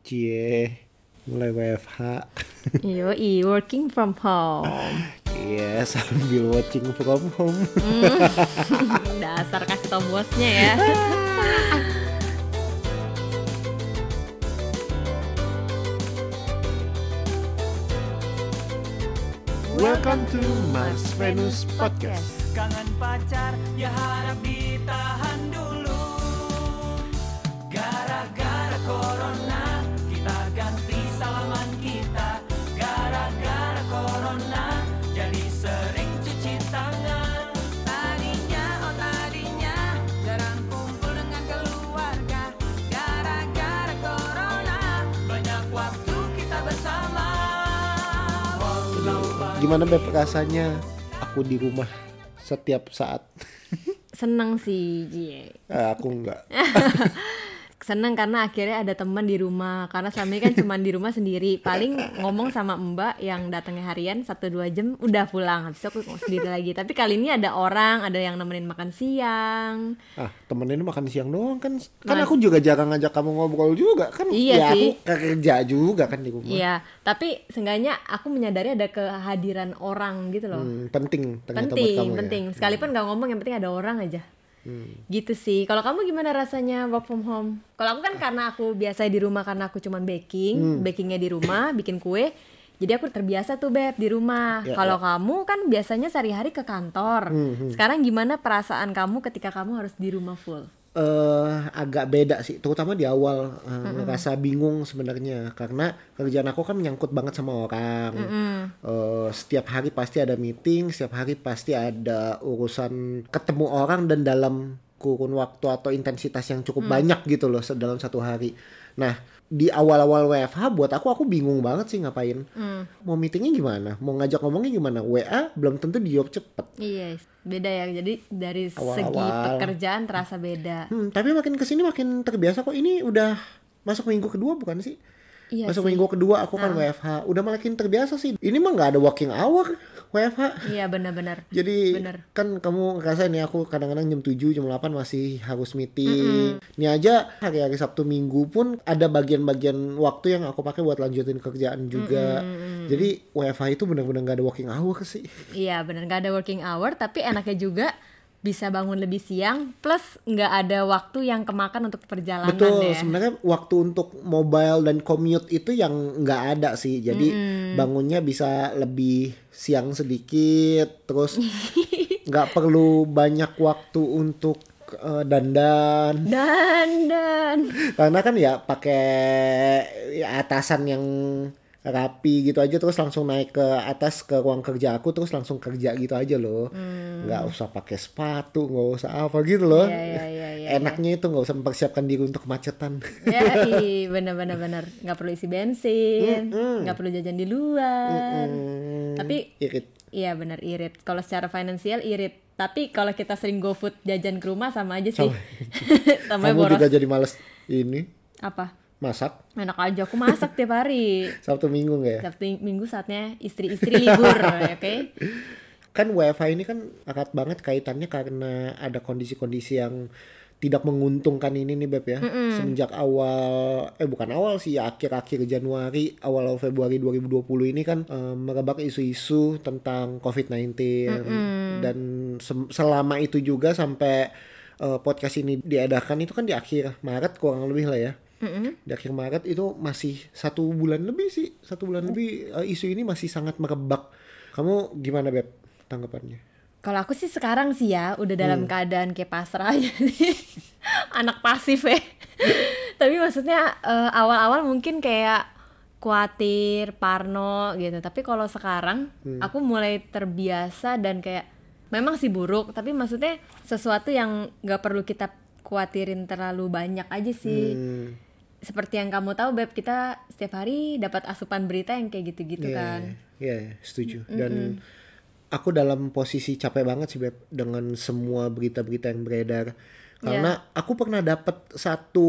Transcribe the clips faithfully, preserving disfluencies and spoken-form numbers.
Cie, mulai W F H. Yoi, working from home. Iya, yeah, sambil watching from home. Hmm. Dasar kasih tau bosnya ya. Welcome to Mars Venus Podcast. Kangen pacar, ya harap ditahan dulu. Gara-gara corona, kita ganti salaman kita. Gara-gara corona, jadi sering cuci tangan. Tadinya, oh tadinya, jarang kumpul dengan keluarga. Gara-gara corona, banyak waktu kita bersama. Gimana Beb rasanya aku di rumah setiap saat? Seneng sih, Jie. Eh, aku enggak. Seneng karena akhirnya ada teman di rumah. Karena selama ini kan cuma di rumah sendiri. Paling ngomong sama mbak yang datangnya harian satu dua jam udah pulang. Habis itu aku sendiri lagi. Tapi kali ini ada orang, ada yang nemenin makan siang. Ah, temenin makan siang doang kan. Kan Mas- aku juga jarang ngajak kamu ngobrol juga kan. Iya ya, sih. aku kerja juga kan di rumah. Iya, tapi seenggaknya aku menyadari ada kehadiran orang gitu loh. Hmm, penting ternyata buat penting, kamu ya. penting. Sekalipun nggak ngomong, yang penting ada orang aja. Hmm. Gitu sih. Kalau kamu gimana rasanya work from home? Kalau aku kan karena aku biasa di rumah karena aku cuman baking, Hmm. bakingnya di rumah, bikin kue. Jadi aku terbiasa tuh Beb di rumah. Ya, Kalau ya. kamu kan biasanya sehari-hari ke kantor. Hmm, hmm. Sekarang gimana perasaan kamu ketika kamu harus di rumah full? Eh, agak beda sih, terutama di awal eh, ngerasa bingung sebenarnya karena kerjaan aku kan menyangkut banget sama orang. Eh, setiap hari pasti ada meeting, setiap hari pasti ada urusan ketemu orang dan dalam kurun waktu atau intensitas yang cukup banyak gitu loh se- dalam satu hari. Nah, di awal-awal W F H buat aku aku bingung banget sih ngapain. Mau meetingnya gimana? Mau ngajak ngomongnya gimana? W A belum tentu dijawab cepet. Iya, beda ya. Jadi dari segi Awal-awal. pekerjaan terasa beda. Hmm, tapi makin kesini makin terbiasa kok. Ini udah masuk minggu kedua bukan sih? Iya masuk sih. minggu kedua aku kan W F H. Udah makin terbiasa sih. Ini mah nggak ada working hour W F H. Iya, benar-benar. Jadi Bener. kan kamu ngerasain nih aku kadang-kadang jam tujuh, jam delapan masih harus meeting. Ini aja hari-hari Sabtu Minggu pun ada bagian-bagian waktu yang aku pakai buat lanjutin kerjaan juga. Jadi W F H itu benar-benar nggak ada working hour sih. Iya, benar, nggak ada working hour, tapi enaknya juga bisa bangun lebih siang, plus nggak ada waktu yang kemakan untuk perjalanan. Betul, ya. sebenarnya waktu untuk mobile dan commute itu yang nggak ada sih. Jadi bangunnya bisa lebih siang sedikit, terus nggak perlu banyak waktu untuk eh, dandan. Dan dan Karena kan ya pakai ya, atasan yang rapi gitu aja terus langsung naik ke atas ke ruang kerja aku terus langsung kerja gitu aja loh. Nggak usah pakai sepatu, nggak usah apa gitu loh. Iya, iya, iya, iya, Enaknya itu nggak usah mempersiapkan diri untuk kemacetan. ya, ih, bener-bener bener, nggak perlu isi bensin, nggak perlu jajan di luar. Tapi Irit. iya bener, irit. Kalau secara finansial irit. Tapi kalau kita sering GoFood jajan ke rumah sama aja sih. Sama Kamu boros. juga jadi males ini Apa? masak Enak aja, aku masak tiap hari. Sabtu Minggu nggak ya? Sabtu Minggu saatnya istri-istri libur, oke? Kan W F H ini kan erat banget kaitannya karena ada kondisi-kondisi yang tidak menguntungkan ini nih Beb ya. Semenjak awal, eh bukan awal sih ya, akhir-akhir Januari, awal Februari dua ribu dua puluh ini kan eh, merebak isu-isu tentang covid sembilan belas. Dan se- selama itu juga sampai eh, podcast ini diedarkan itu kan di akhir Maret kurang lebih lah ya. Di akhir Maret itu masih satu bulan lebih sih. Satu bulan lebih eh, isu ini masih sangat merebak. Kamu gimana Beb tanggapannya? Kalau aku sih sekarang sih ya udah dalam keadaan kayak pasrah aja sih. Anak pasif ya. Tapi maksudnya eh, awal-awal mungkin kayak khawatir, parno gitu. Tapi kalau sekarang aku mulai terbiasa dan kayak memang sih buruk, tapi maksudnya sesuatu yang nggak perlu kita khawatirin terlalu banyak aja sih. Hmm. Seperti yang kamu tahu Beb, kita setiap hari dapat asupan berita yang kayak gitu-gitu Iya, kan. iya, setuju. Dan aku dalam posisi capek banget sih Beb dengan semua berita-berita yang beredar. Karena yeah. aku pernah dapat satu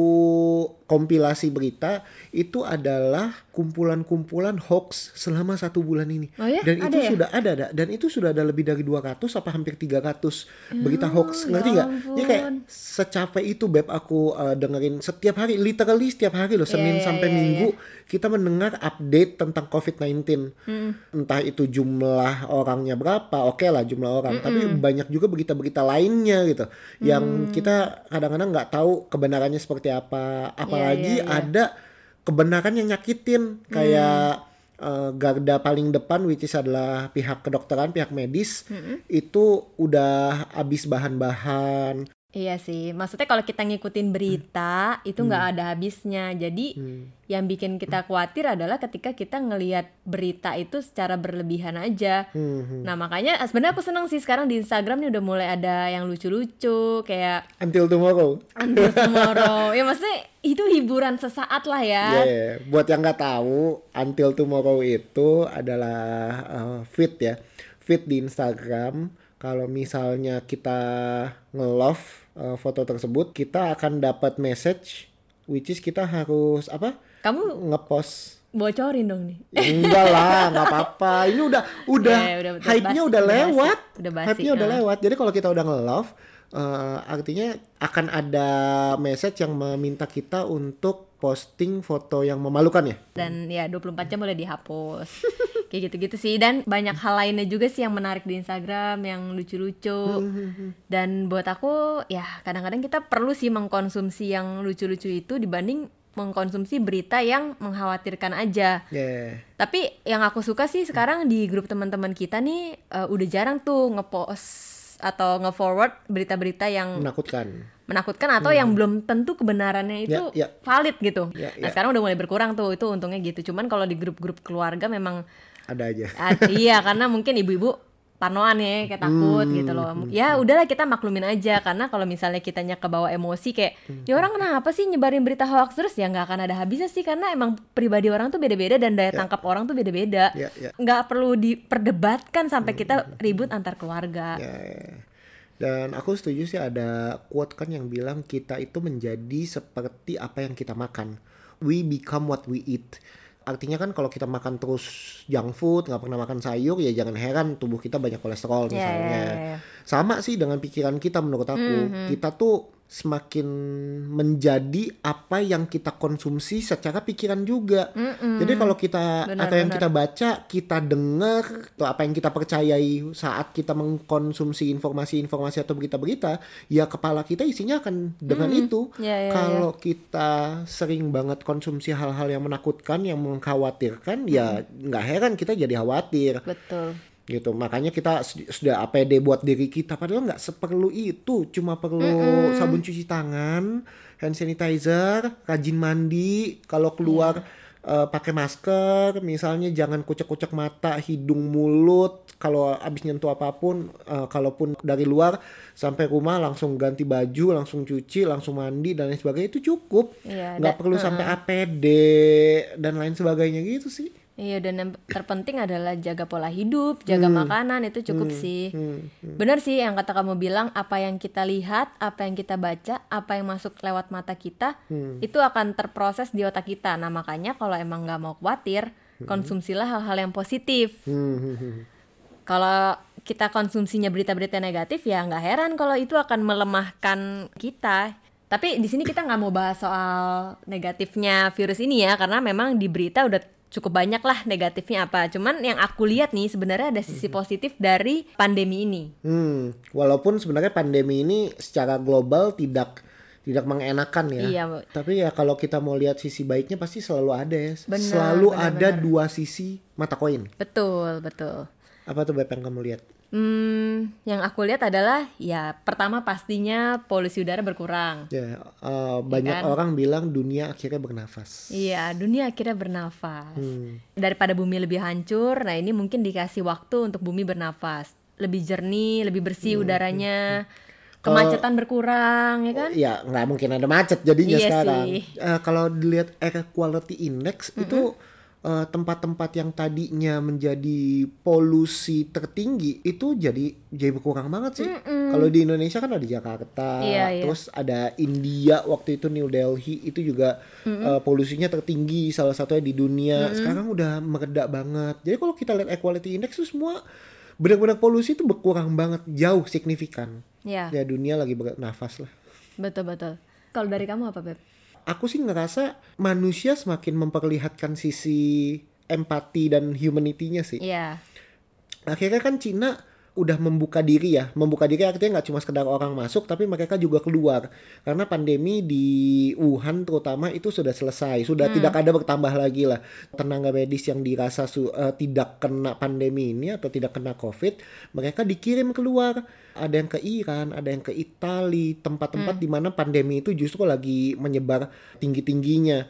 kompilasi berita itu adalah kumpulan-kumpulan hoax selama satu bulan ini. Oh ya? Dan ada itu ya? sudah ada, ada dan itu sudah ada lebih dari dua ratus apa hampir tiga ratus berita hoax. Ngerti nggak? Ya kayak secapek itu Beb aku uh, dengerin setiap hari, literally setiap hari loh, Senin yeah, sampai yeah, Minggu yeah. kita mendengar update tentang covid sembilan belas. Hmm. Entah itu jumlah orangnya berapa, oke okay lah jumlah orang, Mm-mm. tapi banyak juga berita-berita lainnya gitu yang mm. kita kadang-kadang nggak tahu kebenarannya seperti apa, apalagi yeah, yeah, yeah. ada kebenaran yang nyakitin kayak mm. uh, garda paling depan which is adalah pihak kedokteran, pihak medis, Mm-mm. itu udah habis bahan-bahan. Iya sih, maksudnya kalau kita ngikutin berita hmm. itu nggak hmm. ada habisnya. Jadi hmm. yang bikin kita khawatir adalah ketika kita ngelihat berita itu secara berlebihan aja. Hmm. Nah makanya sebenarnya aku seneng sih sekarang di Instagram nih udah mulai ada yang lucu-lucu kayak Until Tomorrow. Until Tomorrow. Ya maksudnya itu hiburan sesaat lah ya. Yeah, buat yang nggak tahu, Until Tomorrow itu adalah uh, feed ya, feed di Instagram. Kalau misalnya kita nge-love uh, foto tersebut, kita akan dapat message which is kita harus apa? Kamu nge-post. Bocorin dong nih. Ya, enggak lah, enggak apa-apa. Ini udah udah yeah, udah, hype-nya udah, udah lewat. Udah basi, hype-nya uh. udah lewat. Jadi kalau kita udah nge-love, uh, artinya akan ada message yang meminta kita untuk posting foto yang memalukan ya. Dan ya dua puluh empat jam boleh dihapus. Kayak gitu-gitu sih. Dan banyak hal lainnya juga sih yang menarik di Instagram, yang lucu-lucu. Dan buat aku ya kadang-kadang kita perlu sih mengkonsumsi yang lucu-lucu itu dibanding mengkonsumsi berita yang mengkhawatirkan aja. Yeah. Tapi yang aku suka sih sekarang di grup teman-teman kita nih uh, udah jarang tuh ngepost atau nge-forward berita-berita yang menakutkan. menakutkan atau hmm. yang belum tentu kebenarannya itu yeah, yeah. valid gitu. Yeah, yeah. Nah sekarang udah mulai berkurang tuh, itu untungnya gitu. Cuman kalau di grup-grup keluarga memang ada aja. Ad, iya karena mungkin ibu-ibu parnoan ya, kayak takut hmm, gitu loh. Hmm, ya udahlah kita maklumin aja, karena kalau misalnya kitanya kebawa emosi kayak hmm. ya orang kenapa sih nyebarin berita hoax terus, ya nggak akan ada habisnya sih, karena emang pribadi orang tuh beda-beda dan daya yeah. tangkap orang tuh beda-beda. Yeah, yeah. Nggak perlu diperdebatkan sampai hmm. kita ribut antar keluarga. Yeah, yeah. Dan aku setuju sih ada quote kan yang bilang kita itu menjadi seperti apa yang kita makan. We become what we eat. Artinya kan kalau kita makan terus junk food, gak pernah makan sayur, ya jangan heran tubuh kita banyak kolesterol misalnya. Yeah, yeah, yeah. Sama sih dengan pikiran kita menurut aku. Mm-hmm. Kita tuh semakin menjadi apa yang kita konsumsi secara pikiran juga. Mm-mm. Jadi kalau kita benar, atau yang benar. kita baca, kita dengar, atau apa yang kita percayai saat kita mengkonsumsi informasi-informasi atau berita-berita, ya kepala kita isinya akan dengan mm. itu. Yeah, yeah, kalau yeah. kita sering banget konsumsi hal-hal yang menakutkan, yang mengkhawatirkan, mm. ya nggak heran kita jadi khawatir. Betul. Gitu, makanya kita sudah A P D buat diri kita, padahal nggak seperlu itu, cuma perlu Mm-mm. sabun cuci tangan, hand sanitizer, rajin mandi, kalau keluar yeah. uh, pakai masker, misalnya jangan kucek-kucek mata, hidung, mulut, kalau abis nyentuh apapun, uh, kalaupun dari luar sampai rumah langsung ganti baju, langsung cuci, langsung mandi dan lain sebagainya, itu cukup, yeah, nggak da- perlu uh-uh. sampai A P D dan lain sebagainya gitu sih. Iya, dan yang terpenting adalah jaga pola hidup, jaga hmm. makanan, itu cukup hmm. sih. Hmm. Hmm. Benar sih yang kata kamu bilang, apa yang kita lihat, apa yang kita baca, apa yang masuk lewat mata kita, hmm. itu akan terproses di otak kita. Nah makanya kalau emang gak mau khawatir, hmm. konsumsilah hal-hal yang positif. Hmm. Kalau kita konsumsinya berita-berita negatif, ya gak heran kalau itu akan melemahkan kita. Tapi di sini kita gak mau bahas soal negatifnya virus ini ya, karena memang di berita udah cukup banyak lah negatifnya apa. Cuman yang aku lihat nih sebenarnya ada sisi positif dari pandemi ini. Hmm, walaupun sebenarnya pandemi ini secara global tidak tidak mengenakan ya. Iya. Tapi ya kalau kita mau lihat sisi baiknya pasti selalu ada ya. Benar, selalu benar, ada benar. dua sisi mata koin. Betul, betul. Apa tuh Beb yang kamu lihat? Hmm, yang aku lihat adalah ya pertama pastinya polusi udara berkurang. Ya, uh, banyak ya kan? Orang bilang dunia akhirnya bernafas. Iya, dunia akhirnya bernafas. Hmm. Daripada bumi lebih hancur, nah ini mungkin dikasih waktu untuk bumi bernafas. Lebih jernih, lebih bersih hmm. udaranya. Kemacetan uh, berkurang, ya kan? Ya, nggak mungkin ada macet jadinya iya sekarang. Uh, kalau dilihat air quality index mm-hmm. itu uh, tempat-tempat yang tadinya menjadi polusi tertinggi itu jadi jadi berkurang banget sih. Kalau di Indonesia kan ada Jakarta, Iya, iya. terus ada India waktu itu New Delhi itu juga uh, polusinya tertinggi salah satunya di dunia. Sekarang udah mereda banget. Jadi kalau kita lihat equality index itu semua benar-benar polusi itu berkurang banget, jauh signifikan. Ya, Ya dunia lagi bernafas lah. betul-betul. Kalau dari kamu apa, Beb? Aku sih ngerasa manusia semakin memperlihatkan sisi empati dan humanity-nya sih. Iya. Akhirnya kan Cina udah membuka diri ya. Membuka diri artinya nggak cuma sekedar orang masuk, tapi mereka juga keluar. Karena pandemi di Wuhan terutama itu sudah selesai. Sudah tidak ada bertambah lagi lah. Tenaga medis yang dirasa su- uh, tidak kena pandemi ini atau tidak kena COVID, mereka dikirim keluar. Ada yang ke Iran, ada yang ke Italia, tempat-tempat di mana pandemi itu justru lagi menyebar tinggi-tingginya.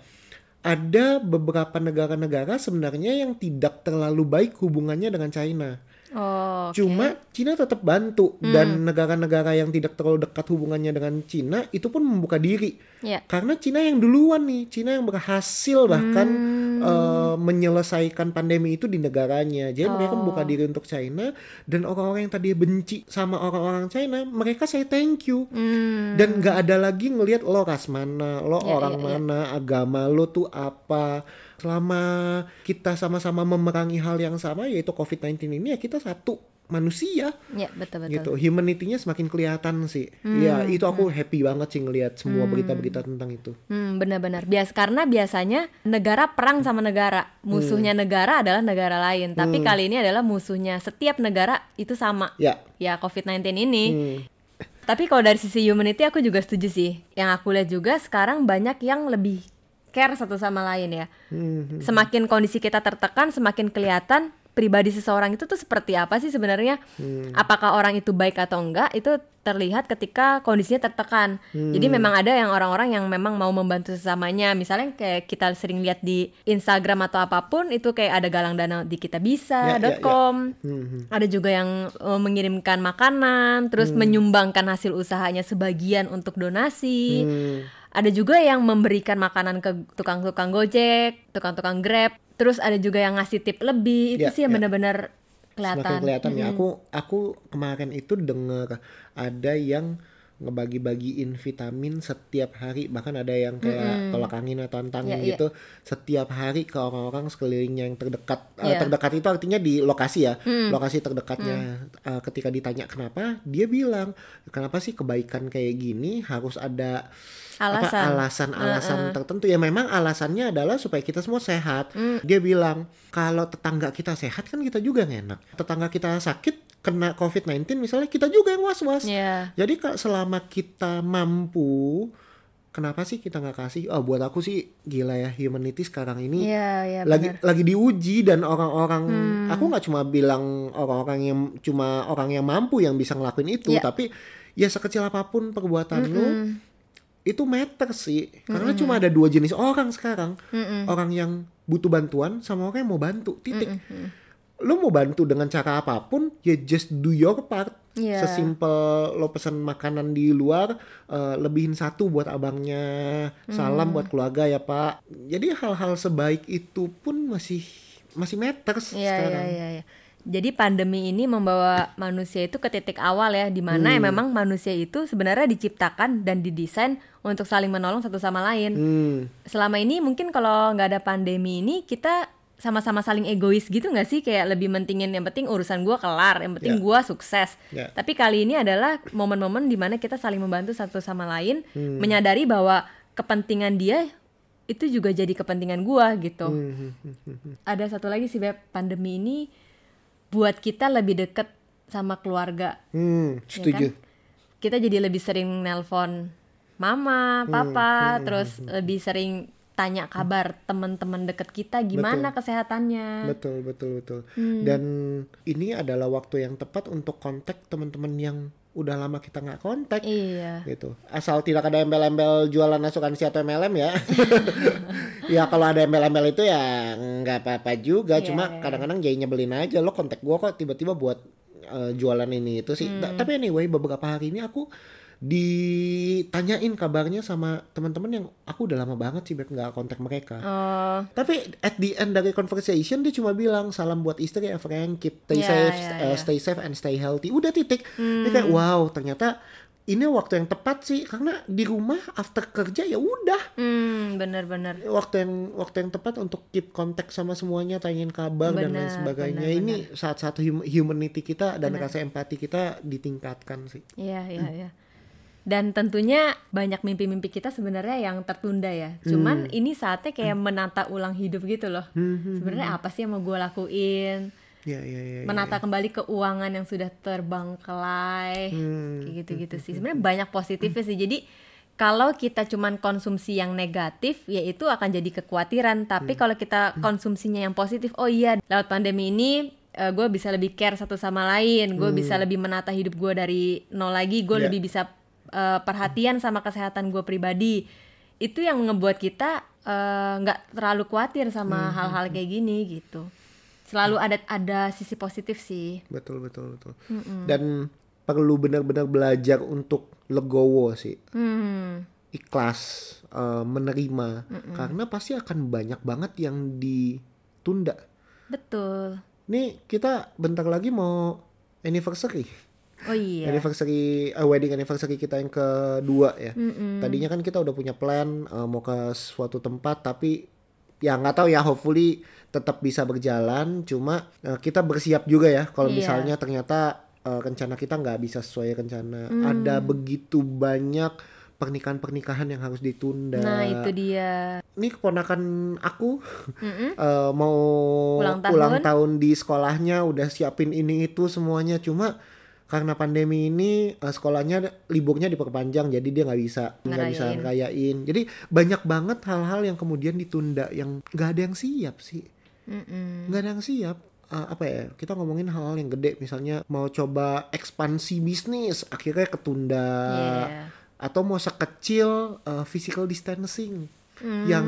Ada beberapa negara-negara sebenarnya yang tidak terlalu baik hubungannya dengan China. Oh, oke. Cuma Cina tetap bantu dan negara-negara yang tidak terlalu dekat hubungannya dengan Cina itu pun membuka diri. Ya. Karena Cina yang duluan nih, Cina yang berhasil bahkan uh, menyelesaikan pandemi itu di negaranya. Jadi mereka membuka diri untuk China dan orang-orang yang tadi benci sama orang-orang China, mereka say thank you. Dan gak ada lagi ngelihat lo ras mana, lo Ya, orang ya, ya. mana, agama lo tuh apa. Selama kita sama-sama memerangi hal yang sama yaitu covid sembilan belas ini ya kita satu manusia. Ya, betul-betul. Gitu, humanity-nya semakin kelihatan sih. Ya itu aku happy banget sih ngelihat semua berita-berita tentang itu. Hmm, benar-benar. Bias karena biasanya negara perang sama negara. Musuhnya negara adalah negara lain. Tapi kali ini adalah musuhnya setiap negara itu sama. Ya. Ya, covid sembilan belas ini. Hmm. Tapi kalau dari sisi humanity aku juga setuju sih. Yang aku lihat juga sekarang banyak yang lebih care satu sama lain ya. Hmm. Semakin kondisi kita tertekan, semakin kelihatan pribadi seseorang itu tuh seperti apa sih sebenarnya. Apakah orang itu baik atau enggak, itu terlihat ketika kondisinya tertekan. Jadi memang ada yang orang-orang yang memang mau membantu sesamanya. Misalnya kayak kita sering lihat di Instagram atau apapun, itu kayak ada galang dana di kitabisa dot com. Ya, ya, ya. Hmm. Ada juga yang uh, mengirimkan makanan, terus menyumbangkan hasil usahanya sebagian untuk donasi. Hmm. Ada juga yang memberikan makanan ke tukang-tukang Gojek, tukang-tukang Grab. Terus ada juga yang ngasih tip lebih. Itu Ya, sih yang ya. benar-benar kelihatan. Semakin kelihatan ya. Aku aku kemarin itu dengar ada yang ngebagi-bagiin vitamin setiap hari, bahkan ada yang kayak tolak angin atau antangin Iya, iya. gitu setiap hari ke orang-orang sekelilingnya yang terdekat. Eh, Iya. terdekat itu artinya di lokasi ya, lokasi terdekatnya. Eh, ketika ditanya kenapa, dia bilang kenapa sih kebaikan kayak gini harus ada apa, Alasan. alasan-alasan tertentu. Ya memang alasannya adalah supaya kita semua sehat. Dia bilang kalau tetangga kita sehat kan kita juga yang enak. Tetangga kita sakit kena covid sembilan belas misalnya kita juga yang was-was. Iya. Jadi kalau selama kita mampu, kenapa sih kita nggak kasih? Oh buat aku sih gila ya, humanity sekarang ini Iya, iya, lagi benar. lagi diuji dan orang-orang, aku nggak cuma bilang orang-orang yang cuma orang yang mampu yang bisa ngelakuin itu, Iya. tapi ya sekecil apapun perbuatan lu itu matter sih. Karena cuma ada dua jenis orang sekarang, orang yang butuh bantuan sama orang yang mau bantu. Titik. Lu mau bantu dengan cara apapun, ya just do your part. Iya. Sesimpel lo pesan makanan di luar, eh, lebihin satu buat abangnya, salam buat keluarga ya pak. Jadi hal-hal sebaik itu pun masih masih matters Iya, sekarang. iya, iya, iya. Jadi pandemi ini membawa manusia itu ke titik awal ya, di mana ya memang manusia itu sebenarnya diciptakan dan didesain untuk saling menolong satu sama lain. Hmm. Selama ini mungkin kalau nggak ada pandemi ini kita sama-sama saling egois gitu nggak sih, kayak lebih mentingin yang penting urusan gue kelar, yang penting Ya. gue sukses. Ya. Tapi kali ini adalah momen-momen dimana kita saling membantu satu sama lain, menyadari bahwa kepentingan dia itu juga jadi kepentingan gue gitu. Ada satu lagi sih Beb, pandemi ini buat kita lebih deket sama keluarga. Hmm, ya setuju. kan? Kita jadi lebih sering nelpon mama, papa, terus lebih sering tanya kabar teman-teman deket kita gimana kesehatannya. Betul, betul, betul. Dan ini adalah waktu yang tepat untuk kontak teman-teman yang udah lama kita nggak kontak. Iya. Gitu. Asal tidak ada embel-embel jualan asuransi atau M L M ya. Ya kalau ada embel-embel itu ya nggak apa-apa juga. Iya, Cuma iya. kadang-kadang jadi nyebelin aja. Lo kontak gue kok tiba-tiba buat uh, jualan ini itu sih. Hmm. Nah, tapi anyway beberapa hari ini aku ditanyain kabarnya sama teman-teman yang aku udah lama banget sih Beb nggak kontak mereka. Oh. Tapi at the end dari conversation dia cuma bilang salam buat istri ya Frank, keep stay Yeah, safe, yeah, uh, yeah. stay safe and stay healthy. Udah titik. Hmm. Dia kayak wow ternyata ini waktu yang tepat sih karena di rumah after kerja ya udah. Hmm, bener-bener. Waktu yang waktu yang tepat untuk keep kontak sama semuanya, tanyain kabar dan lain Benar, sebagainya. benar, Ini saat-saat hum- humanity kita dan Benar. rasa empati kita ditingkatkan sih. Iya, iya, iya. Dan tentunya banyak mimpi-mimpi kita sebenarnya yang tertunda ya. Cuman ini saatnya kayak menata ulang hidup gitu loh. Sebenarnya apa sih yang mau gue lakuin? Ya, ya, ya, Menata ya. kembali keuangan yang sudah terbengkelai. Hmm. Kayak gitu-gitu sih. Sebenarnya banyak positifnya sih. Jadi kalau kita cuman konsumsi yang negatif, ya itu akan jadi kekhawatiran. Tapi kalau kita konsumsinya yang positif, oh iya, lewat pandemi ini gue bisa lebih care satu sama lain. Gue bisa lebih menata hidup gue dari nol lagi. Gue Ya. lebih bisa uh, perhatian sama kesehatan gue pribadi. Itu yang ngebuat kita nggak uh, terlalu khawatir sama hal-hal kayak gini gitu. Selalu ada ada sisi positif sih. Betul betul betul. Dan perlu benar-benar belajar untuk legowo sih. Hmm. Ikhlas, uh, menerima. Karena pasti akan banyak banget yang ditunda. Betul. Nih kita bentar lagi mau anniversary. Oh iya. Anniversary, uh, wedding anniversary kita yang kedua ya. Mm-mm. Tadinya kan kita udah punya plan uh, mau ke suatu tempat, tapi ya nggak tahu ya, hopefully tetap bisa berjalan. Cuma uh, kita bersiap juga ya kalau Iya. misalnya ternyata uh, rencana kita nggak bisa sesuai rencana. Ada begitu banyak pernikahan-pernikahan yang harus ditunda. Nah itu dia. Ini keponakan aku Mm-mm. uh, mau Ulang ulang tahun. tahun di sekolahnya, udah siapin ini itu semuanya. Cuma karena pandemi ini uh, sekolahnya liburnya diperpanjang, jadi dia nggak bisa nggak bisa Ngerayain. ngerayain. Jadi banyak banget hal-hal yang kemudian ditunda yang nggak ada yang siap sih, Mm-mm. nggak ada yang siap. Uh, apa ya, kita ngomongin hal-hal yang gede, misalnya mau coba ekspansi bisnis akhirnya ketunda. Yeah. Atau mau sekecil uh, physical distancing Hmm. yang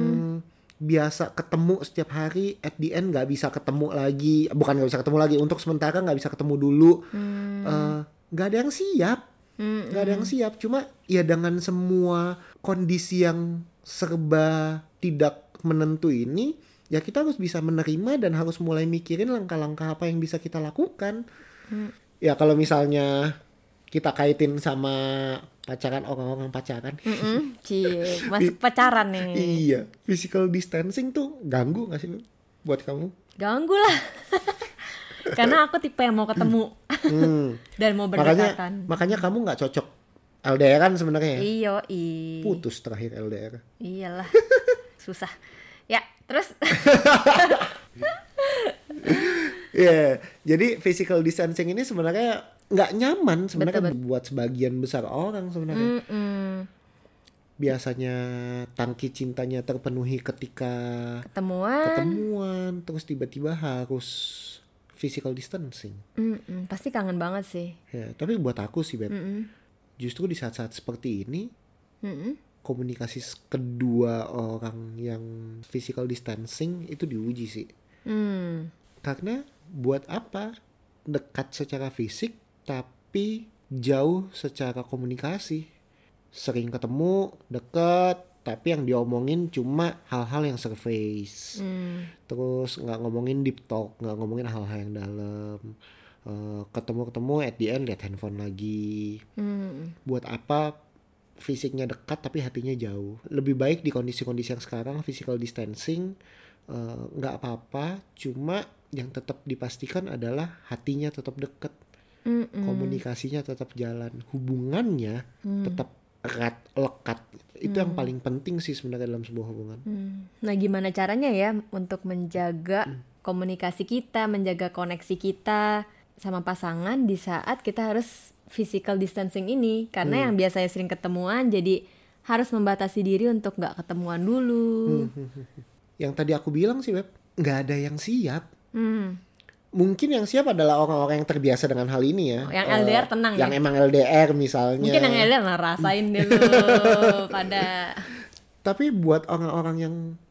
biasa ketemu setiap hari, at the end nggak bisa ketemu lagi. Bukan nggak bisa ketemu lagi, untuk sementara nggak bisa ketemu dulu. Uh, nggak ada yang siap, Mm-mm. nggak ada yang siap. Cuma ya dengan semua kondisi yang serba tidak menentu ini, ya kita harus bisa menerima dan harus mulai mikirin langkah-langkah apa yang bisa kita lakukan. Ya kalau misalnya kita kaitin sama pacaran, orang-orang pacaran. Mm-mm. Cie, masuk pacaran nih. Iya, physical distancing tuh ganggu gak sih buat kamu? Ganggu lah. Karena aku tipe yang mau ketemu Hmm. dan mau makanya berdekatan. makanya kamu nggak cocok L D R kan sebenarnya. Iyo i. Putus terakhir L D R. Iyalah. Susah. Ya, terus Iya, jadi physical distancing ini sebenarnya nggak nyaman sebenarnya Betul, buat sebagian besar orang sebenarnya. Mm-mm. Biasanya tangki cintanya terpenuhi ketika ketemuan. ketemuan, terus tiba-tiba harus physical distancing. Mm-mm. Pasti kangen banget sih. Ya, tapi buat aku sih, Beb, Mm-mm. justru di saat-saat seperti ini Mm-mm. komunikasi kedua orang yang physical distancing itu diuji sih. Mm. Karena buat apa dekat secara fisik tapi jauh secara komunikasi? Sering ketemu, dekat, tapi yang diomongin cuma hal-hal yang surface. Mm. Terus nggak ngomongin deep talk, nggak ngomongin hal-hal yang dalam. Uh, ketemu-ketemu at the end lihat handphone lagi. Mm. Buat apa fisiknya dekat tapi hatinya jauh? Lebih baik di kondisi-kondisi yang sekarang physical distancing uh, nggak apa-apa, cuma yang tetap dipastikan adalah hatinya tetap dekat, Mm-mm. komunikasinya tetap jalan, hubungannya tetap erat, lekat. Itu yang paling penting sih sebenarnya dalam sebuah hubungan. Hmm. Nah, gimana caranya ya untuk menjaga komunikasi kita, menjaga koneksi kita sama pasangan di saat kita harus physical distancing ini? Karena yang biasanya sering ketemuan jadi harus membatasi diri untuk nggak ketemuan dulu. Yang tadi aku bilang sih, Beb, nggak ada yang siap. Hmm. Mungkin yang siap adalah orang-orang yang terbiasa dengan hal ini ya. Yang Eh, L D R tenang yang ya? emang L D R misalnya. Mungkin yang L D R lah rasain dulu pada. Tapi buat orang-orang yang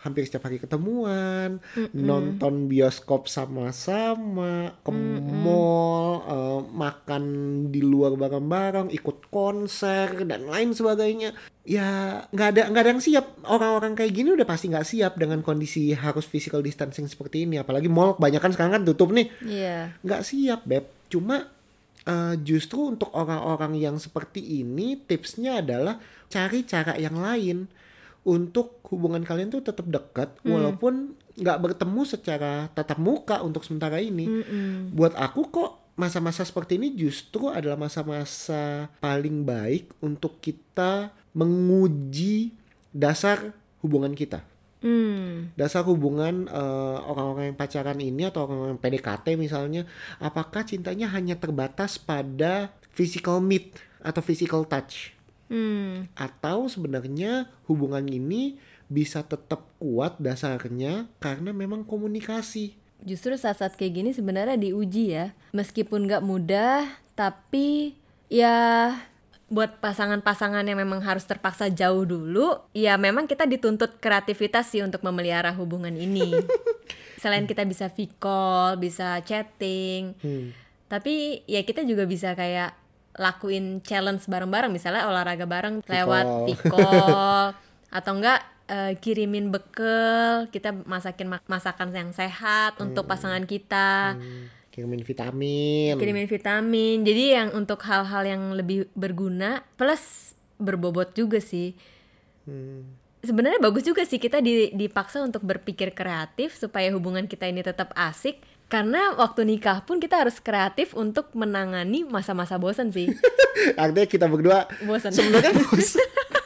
hampir setiap hari ketemuan, Mm-mm. nonton bioskop sama-sama, ke mall, uh, makan di luar bareng-bareng, ikut konser dan lain sebagainya. Ya nggak ada nggak ada yang siap. Orang-orang kayak gini udah pasti nggak siap dengan kondisi harus physical distancing seperti ini. Apalagi mall kebanyakan sekarang kan tutup nih. Iya. Nggak siap, Beb. Cuma uh, justru untuk orang-orang yang seperti ini, tipsnya adalah cari cara yang lain untuk hubungan kalian tuh tetap dekat, hmm. walaupun nggak bertemu secara tatap muka untuk sementara ini. Mm-mm. Buat aku kok masa-masa seperti ini justru adalah masa-masa paling baik untuk kita menguji dasar hubungan kita. Hmm. Dasar hubungan uh, orang-orang yang pacaran ini atau orang-orang yang P D K T misalnya, apakah cintanya hanya terbatas pada physical meet atau physical touch? Hmm. Atau sebenarnya hubungan ini bisa tetap kuat dasarnya karena memang komunikasi. Justru saat-saat kayak gini sebenarnya diuji ya. Meskipun gak mudah, tapi ya buat pasangan-pasangan yang memang harus terpaksa jauh dulu, ya memang kita dituntut kreativitas sih untuk memelihara hubungan ini. Selain kita bisa video call, bisa chatting, hmm. tapi ya kita juga bisa kayak lakuin challenge bareng-bareng, misalnya olahraga bareng lewat video call atau enggak uh, kirimin bekal, kita masakin mak- masakan yang sehat hmm. untuk pasangan kita. Hmm. Kirimin vitamin. Kirimin vitamin. Jadi yang untuk hal-hal yang lebih berguna plus berbobot juga sih. Hmm. Sebenarnya bagus juga sih kita dipaksa untuk berpikir kreatif supaya hubungan kita ini tetap asik. Karena waktu nikah pun kita harus kreatif untuk menangani masa-masa bosan sih. Artinya kita berdua bosan. Sebenarnya bosan.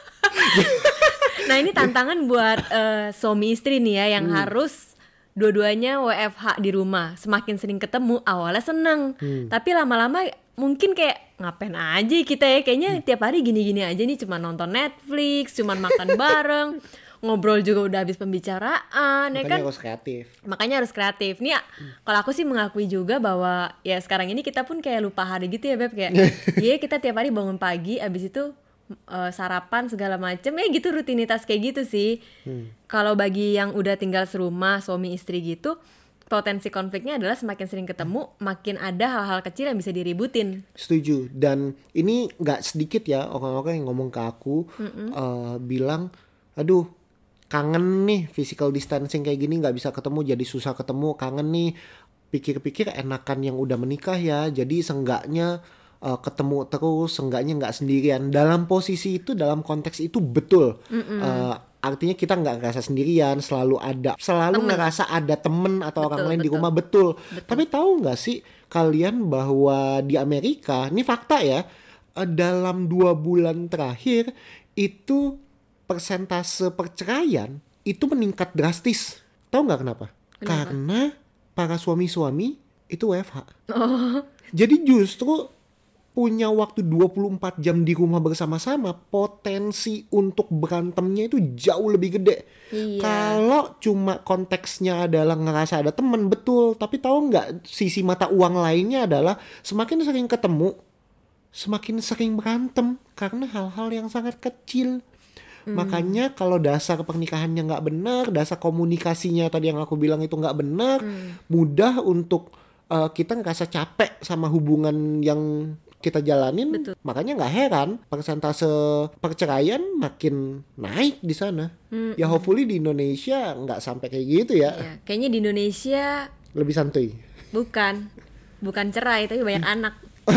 Nah ini tantangan buat uh, suami istri nih ya yang hmm. harus dua-duanya W F H di rumah. Semakin sering ketemu awalnya seneng, hmm. tapi lama-lama mungkin kayak ngapain aja kita ya. Kayaknya hmm. tiap hari gini-gini aja nih, cuma nonton Netflix, cuma makan bareng. Ngobrol juga udah habis pembicaraan. Makanya ya kan? harus kreatif. Makanya harus kreatif. Nih ya, hmm. kalau aku sih mengakui juga bahwa ya sekarang ini kita pun kayak lupa hari gitu ya Beb. Kayak iya kita tiap hari bangun pagi, abis itu uh, sarapan segala macem. Ya gitu rutinitas kayak gitu sih. Hmm. Kalau bagi yang udah tinggal serumah suami istri gitu, potensi konfliknya adalah semakin sering ketemu, makin ada hal-hal kecil yang bisa diributin. Setuju. Dan ini gak sedikit ya orang-orang yang ngomong ke aku, uh, bilang, aduh kangen nih physical distancing kayak gini, gak bisa ketemu jadi susah ketemu, kangen nih. Pikir-pikir enakan yang udah menikah ya, jadi seenggaknya uh, ketemu terus, seenggaknya gak sendirian. Dalam posisi itu, dalam konteks itu betul. uh, Artinya kita gak ngerasa sendirian, selalu ada, selalu temen. ngerasa ada temen atau betul, orang lain betul. di rumah, betul. betul. Tapi tahu gak sih kalian bahwa di Amerika, ini fakta ya, uh, dalam dua bulan terakhir itu persentase perceraian itu meningkat drastis. Tahu nggak kenapa? kenapa? Karena para suami-suami itu W F H. Oh. Jadi justru punya waktu dua puluh empat jam di rumah bersama-sama, potensi untuk berantemnya itu jauh lebih gede. Iya. Kalau cuma konteksnya adalah ngerasa ada teman, betul. Tapi tahu nggak sisi mata uang lainnya adalah semakin sering ketemu, semakin sering berantem karena hal-hal yang sangat kecil. Hmm. Makanya kalau dasar pernikahannya nggak benar, dasar komunikasinya tadi yang aku bilang itu nggak benar, hmm. mudah untuk uh, kita ngerasa capek sama hubungan yang kita jalanin. Betul. Makanya nggak heran persentase perceraian makin naik di sana. Hmm. Ya hopefully di Indonesia nggak sampai kayak gitu ya. Iya. Kayaknya di Indonesia lebih santuy. Bukan, bukan cerai tapi banyak anak.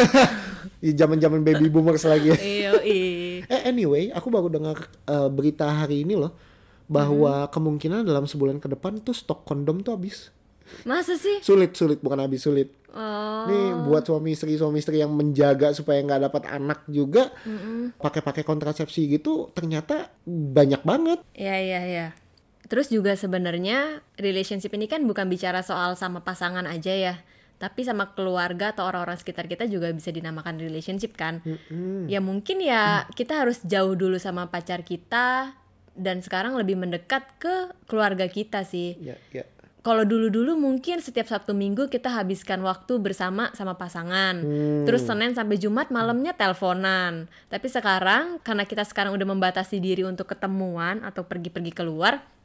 Zaman-zaman baby boomers lagi. Iya, iya. Eh anyway, aku baru dengar uh, berita hari ini loh bahwa mm-hmm. kemungkinan dalam sebulan ke depan tuh stok kondom tuh habis. Masa sih? Sulit, sulit bukan habis, sulit. Oh. Nih buat suami istri suami istri yang menjaga supaya nggak dapat anak juga, mm-hmm. pakai-pakai kontrasepsi gitu, ternyata banyak banget. Iya, iya, iya. Terus juga sebenarnya relationship ini kan bukan bicara soal sama pasangan aja ya. Tapi sama keluarga atau orang-orang sekitar kita juga bisa dinamakan relationship kan. Mm-hmm. Ya mungkin ya mm. kita harus jauh dulu sama pacar kita dan sekarang lebih mendekat ke keluarga kita sih. Yeah, yeah. Kalau dulu-dulu mungkin setiap Sabtu Minggu kita habiskan waktu bersama sama pasangan. Hmm. Terus Senin sampai Jumat malamnya teleponan. Tapi sekarang karena kita sekarang udah membatasi diri untuk ketemuan atau pergi-pergi keluar,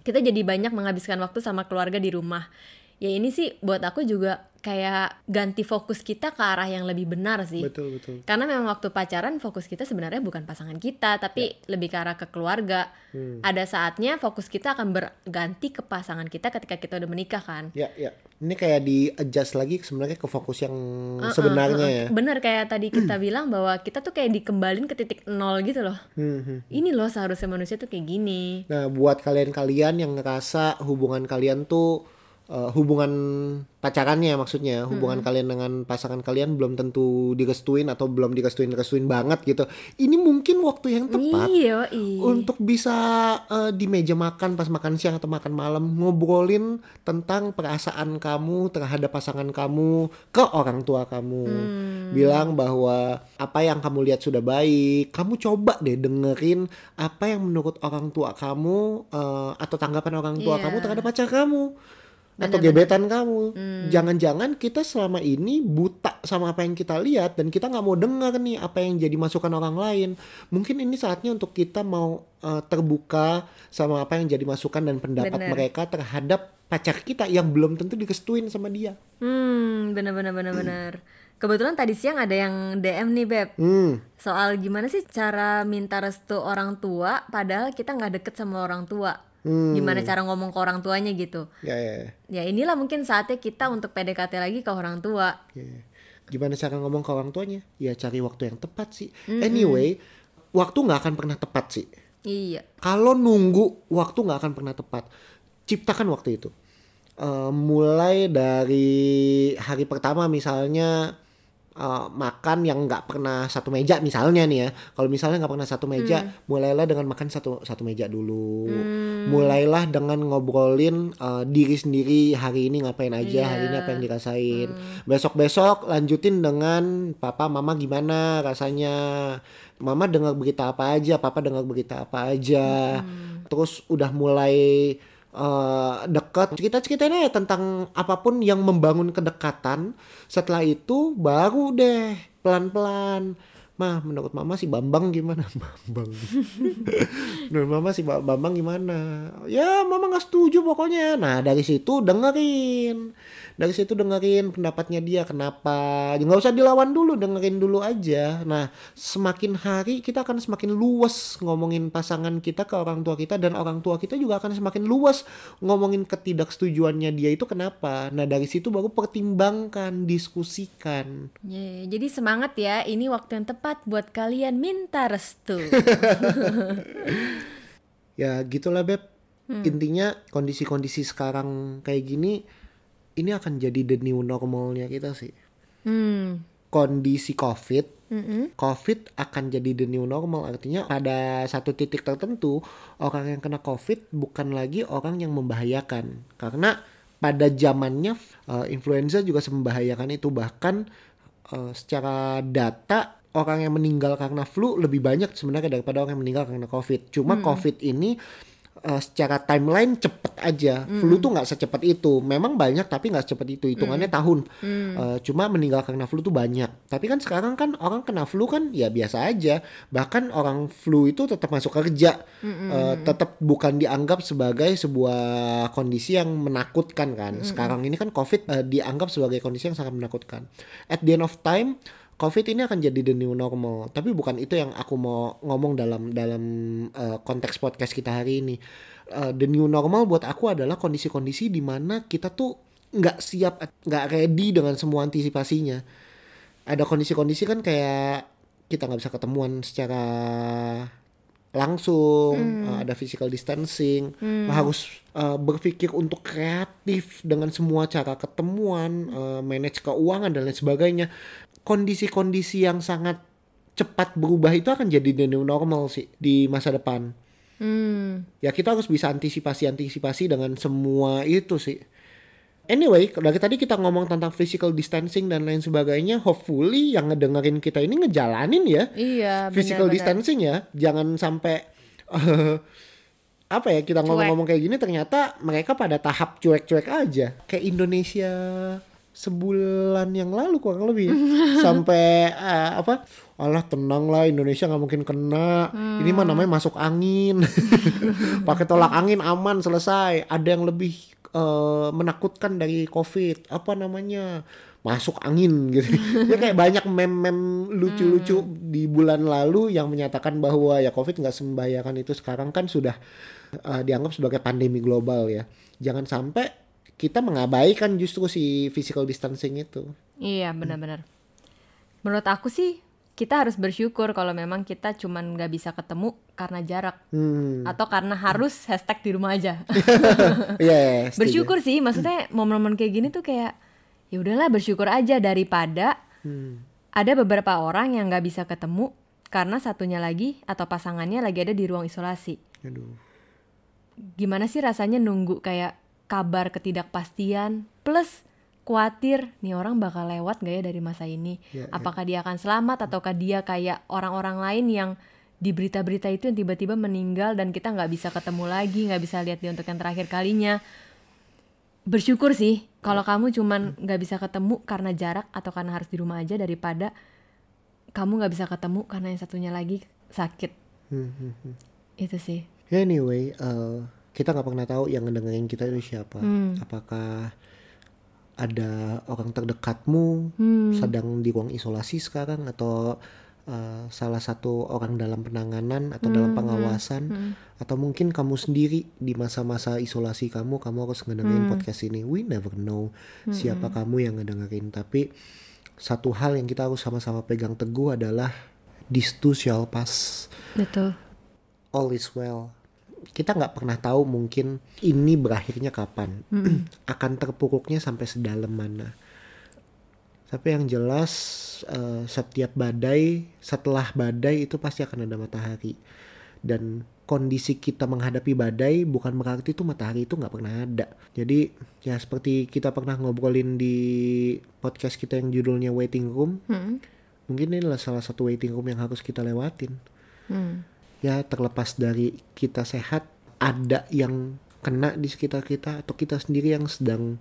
kita jadi banyak menghabiskan waktu sama keluarga di rumah. Ya ini sih buat aku juga kayak ganti fokus kita ke arah yang lebih benar sih. Betul, betul. Karena memang waktu pacaran fokus kita sebenarnya bukan pasangan kita, tapi ya. lebih ke arah ke keluarga. Hmm. Ada saatnya fokus kita akan berganti ke pasangan kita ketika kita udah menikah kan. Ya, ya. Ini kayak di adjust lagi sebenarnya ke fokus yang uh, sebenarnya uh, uh, uh. ya. Bener kayak tadi kita bilang bahwa kita tuh kayak dikembalin ke titik nol gitu loh. Hmm, hmm. Ini loh seharusnya manusia tuh kayak gini. Nah, buat kalian-kalian yang ngerasa hubungan kalian tuh Uh, hubungan pacarannya maksudnya hubungan hmm. kalian dengan pasangan kalian belum tentu direstuin atau belum direstuin-restuin banget gitu. Ini mungkin waktu yang tepat iya, iya. untuk bisa uh, di meja makan pas makan siang atau makan malam ngobrolin tentang perasaan kamu terhadap pasangan kamu ke orang tua kamu. Hmm. Bilang bahwa apa yang kamu lihat sudah baik, kamu coba deh dengerin apa yang menurut orang tua kamu uh, atau tanggapan orang tua yeah. kamu terhadap pacar kamu. Atau bener, gebetan bener. kamu hmm. Jangan-jangan kita selama ini buta sama apa yang kita lihat dan kita gak mau dengar nih apa yang jadi masukan orang lain. Mungkin ini saatnya untuk kita mau uh, terbuka sama apa yang jadi masukan dan pendapat bener. mereka terhadap pacar kita yang belum tentu direstuin sama dia. Hmm, benar-benar benar-benar. Kebetulan tadi siang ada yang D M nih Beb hmm. soal gimana sih cara minta restu orang tua padahal kita gak deket sama orang tua. Hmm. Gimana cara ngomong ke orang tuanya gitu. Ya, ya, ya. Ya inilah mungkin saatnya kita untuk P D K T lagi ke orang tua. Ya. Gimana cara ngomong ke orang tuanya? Ya cari waktu yang tepat sih. Mm-hmm. Anyway, waktu gak akan pernah tepat sih. Iya. Kalau nunggu, waktu gak akan pernah tepat. Ciptakan waktu itu. Uh, mulai dari hari pertama misalnya Uh, makan yang nggak pernah satu meja misalnya nih ya. Kalau misalnya nggak pernah satu meja, hmm. mulailah dengan makan satu satu meja dulu. Hmm. Mulailah dengan ngobrolin uh, diri sendiri hari ini ngapain aja, yeah. hari ini apa yang dirasain. Hmm. Besok-besok lanjutin dengan papa, mama gimana rasanya. Mama dengar berita apa aja, papa dengar berita apa aja. Hmm. Terus udah mulai Uh, dekat, cerita-ceritain aja tentang apapun yang membangun kedekatan. Setelah itu baru deh pelan-pelan, Mah menurut mama si Bambang gimana? Bambang menurut mama si Bambang gimana? Ya mama gak setuju pokoknya. Nah dari situ dengerin, dari situ dengerin pendapatnya dia kenapa. Gak usah dilawan dulu, dengerin dulu aja. Nah semakin hari kita akan semakin luas ngomongin pasangan kita ke orang tua kita, dan orang tua kita juga akan semakin luas ngomongin ketidaksetujuannya dia itu kenapa. Nah dari situ baru pertimbangkan, diskusikan. Yeah, jadi semangat ya, ini waktu yang tepat buat kalian minta restu. Ya gitulah Beb. Hmm. Intinya kondisi-kondisi sekarang kayak gini, ini akan jadi the new normalnya kita sih. Hmm. Kondisi COVID, mm-hmm. COVID akan jadi the new normal. Artinya pada satu titik tertentu orang yang kena COVID bukan lagi orang yang membahayakan. Karena pada zamannya uh, influenza juga membahayakan itu. Bahkan uh, secara data orang yang meninggal karena flu lebih banyak sebenarnya daripada orang yang meninggal karena COVID. Cuma hmm. COVID ini uh, secara timeline cepet aja. Hmm. Flu tuh nggak secepat itu. Memang banyak tapi nggak secepat itu. Hitungannya hmm. tahun. Hmm. Uh, cuma meninggal karena flu tuh banyak. Tapi kan sekarang kan orang kena flu kan ya biasa aja. Bahkan orang flu itu tetap masuk kerja. Hmm. Uh, tetap bukan dianggap sebagai sebuah kondisi yang menakutkan kan. Hmm. Sekarang ini kan COVID uh, dianggap sebagai kondisi yang sangat menakutkan. At the end of time, COVID ini akan jadi the new normal. Tapi bukan itu yang aku mau ngomong dalam dalam uh, konteks podcast kita hari ini. Uh, the new normal buat aku adalah kondisi-kondisi di mana kita tuh nggak siap, nggak ready dengan semua antisipasinya. Ada kondisi-kondisi kan kayak kita nggak bisa ketemuan secara langsung, hmm. uh, ada physical distancing, hmm. harus uh, berpikir untuk kreatif dengan semua cara ketemuan, uh, manage keuangan dan lain sebagainya. Kondisi-kondisi yang sangat cepat berubah itu akan jadi the new normal sih di masa depan. Hmm. Ya kita harus bisa antisipasi-antisipasi dengan semua itu sih. Anyway, dari tadi kita ngomong tentang physical distancing dan lain sebagainya. Hopefully yang ngedengerin kita ini ngejalanin ya. Iya, physical benar-benar. distancing ya. Jangan sampai uh, apa ya kita ngomong-ngomong kayak gini ternyata mereka pada tahap cuek-cuek aja. Kayak Indonesia sebulan yang lalu kurang lebih. Sampai uh, apa? Alah tenang lah, Indonesia nggak mungkin kena. Hmm. Ini mah namanya masuk angin. Pakai tolak angin aman selesai. Ada yang lebih uh, menakutkan dari COVID. Apa namanya? Masuk angin gitu. Ya kayak banyak meme-meme lucu-lucu hmm. di bulan lalu yang menyatakan bahwa ya COVID nggak sembahayakan itu. Sekarang kan sudah uh, dianggap sebagai pandemi global ya. Jangan sampai kita mengabaikan justru si physical distancing itu. Iya benar-benar. Menurut aku sih kita harus bersyukur kalau memang kita cuman nggak bisa ketemu karena jarak hmm. atau karena harus hashtag di rumah aja. yeah, bersyukur sih, maksudnya momen-momen kayak gini tuh kayak ya udahlah bersyukur aja daripada hmm. ada beberapa orang yang nggak bisa ketemu karena satunya lagi atau pasangannya lagi ada di ruang isolasi. Aduh. Gimana sih rasanya nunggu kayak kabar ketidakpastian plus khawatir nih orang bakal lewat gak ya dari masa ini ya, apakah ya. Dia akan selamat ataukah dia kayak orang-orang lain yang di berita-berita itu yang tiba-tiba meninggal dan kita gak bisa ketemu lagi, gak bisa lihat dia untuk yang terakhir kalinya. Bersyukur sih kalau ya. Kamu cuman gak bisa ketemu karena jarak atau karena harus di rumah aja daripada kamu gak bisa ketemu karena yang satunya lagi sakit. hmm, hmm, hmm. Itu sih. Anyway uh... kita nggak pernah tahu yang ngedengerin kita itu siapa. Hmm. Apakah ada orang terdekatmu hmm. sedang di ruang isolasi sekarang atau uh, salah satu orang dalam penanganan atau hmm. dalam pengawasan hmm. atau mungkin kamu sendiri di masa-masa isolasi kamu kamu harus ngedengerin hmm. podcast ini. We never know hmm. siapa kamu yang ngedengerin, tapi satu hal yang kita harus sama-sama pegang teguh adalah this too shall pass. Betul. All is well. Kita nggak pernah tahu mungkin ini berakhirnya kapan, mm. akan terpuruknya sampai sedalam mana. Tapi yang jelas uh, setiap badai, setelah badai itu pasti akan ada matahari. Dan kondisi kita menghadapi badai bukan berarti itu matahari itu nggak pernah ada. Jadi ya seperti kita pernah ngobrolin di podcast kita yang judulnya Waiting Room, mm. mungkin ini adalah salah satu waiting room yang harus kita lewatin. Mm. Ya terlepas dari kita sehat, ada yang kena di sekitar kita atau kita sendiri yang sedang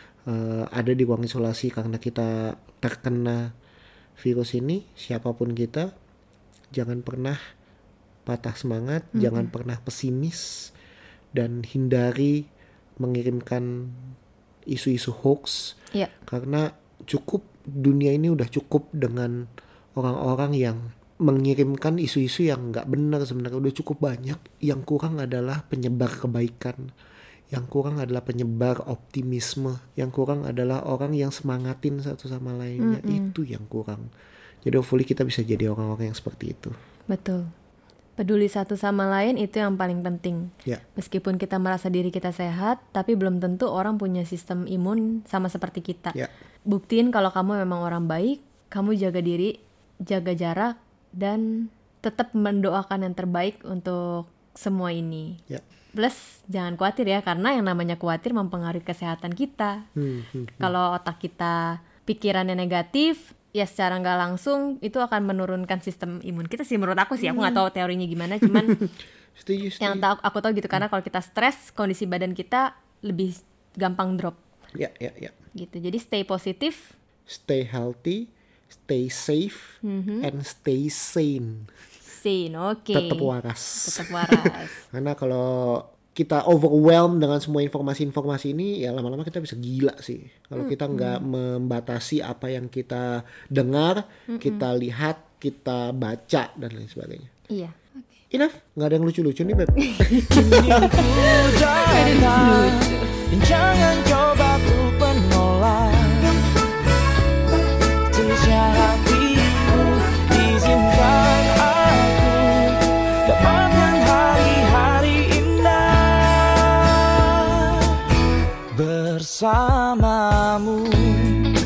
uh, ada di ruang isolasi karena kita terkena virus ini, siapapun kita, jangan pernah patah semangat, mm-hmm. jangan pernah pesimis, dan hindari mengirimkan isu-isu hoax, yeah. karena cukup dunia ini udah cukup dengan orang-orang yang mengirimkan isu-isu yang nggak benar. Sebenarnya udah cukup banyak. Yang kurang adalah penyebar kebaikan, yang kurang adalah penyebar optimisme, yang kurang adalah orang yang semangatin satu sama lainnya. Mm-hmm. Itu yang kurang. Jadi hopefully kita bisa jadi orang-orang yang seperti itu. Betul. Peduli satu sama lain itu yang paling penting. Ya. Meskipun kita merasa diri kita sehat, tapi belum tentu orang punya sistem imun sama seperti kita. Ya. Buktiin kalau kamu memang orang baik, kamu jaga diri, jaga jarak, dan tetap mendoakan yang terbaik untuk semua ini. Ya. Plus jangan khawatir ya, karena yang namanya khawatir mempengaruhi kesehatan kita. Hmm, hmm, hmm. Kalau otak kita pikirannya negatif, ya secara nggak langsung itu akan menurunkan sistem imun kita sih menurut aku sih. Aku nggak tahu teorinya gimana, cuman setuju, setuju. Yang tahu aku tahu gitu, karena kalau kita stres, kondisi badan kita lebih gampang drop. Ya, ya, ya. Gitu. Jadi stay positif, stay healthy, stay safe, mm-hmm. and stay sane. Sane, oke. Okay. Tetap waras. Tetap waras. Karena kalau kita overwhelmed dengan semua informasi-informasi ini, ya lama-lama kita bisa gila sih. Kalau mm-hmm. kita nggak membatasi apa yang kita dengar, mm-hmm. kita lihat, kita baca dan lain sebagainya. Iya. Okay. Enough, nggak ada yang lucu-lucu nih, Beb. Jangan coba ku penolak. Hatiku izinkan aku dapatkan hari-hari indah bersamamu.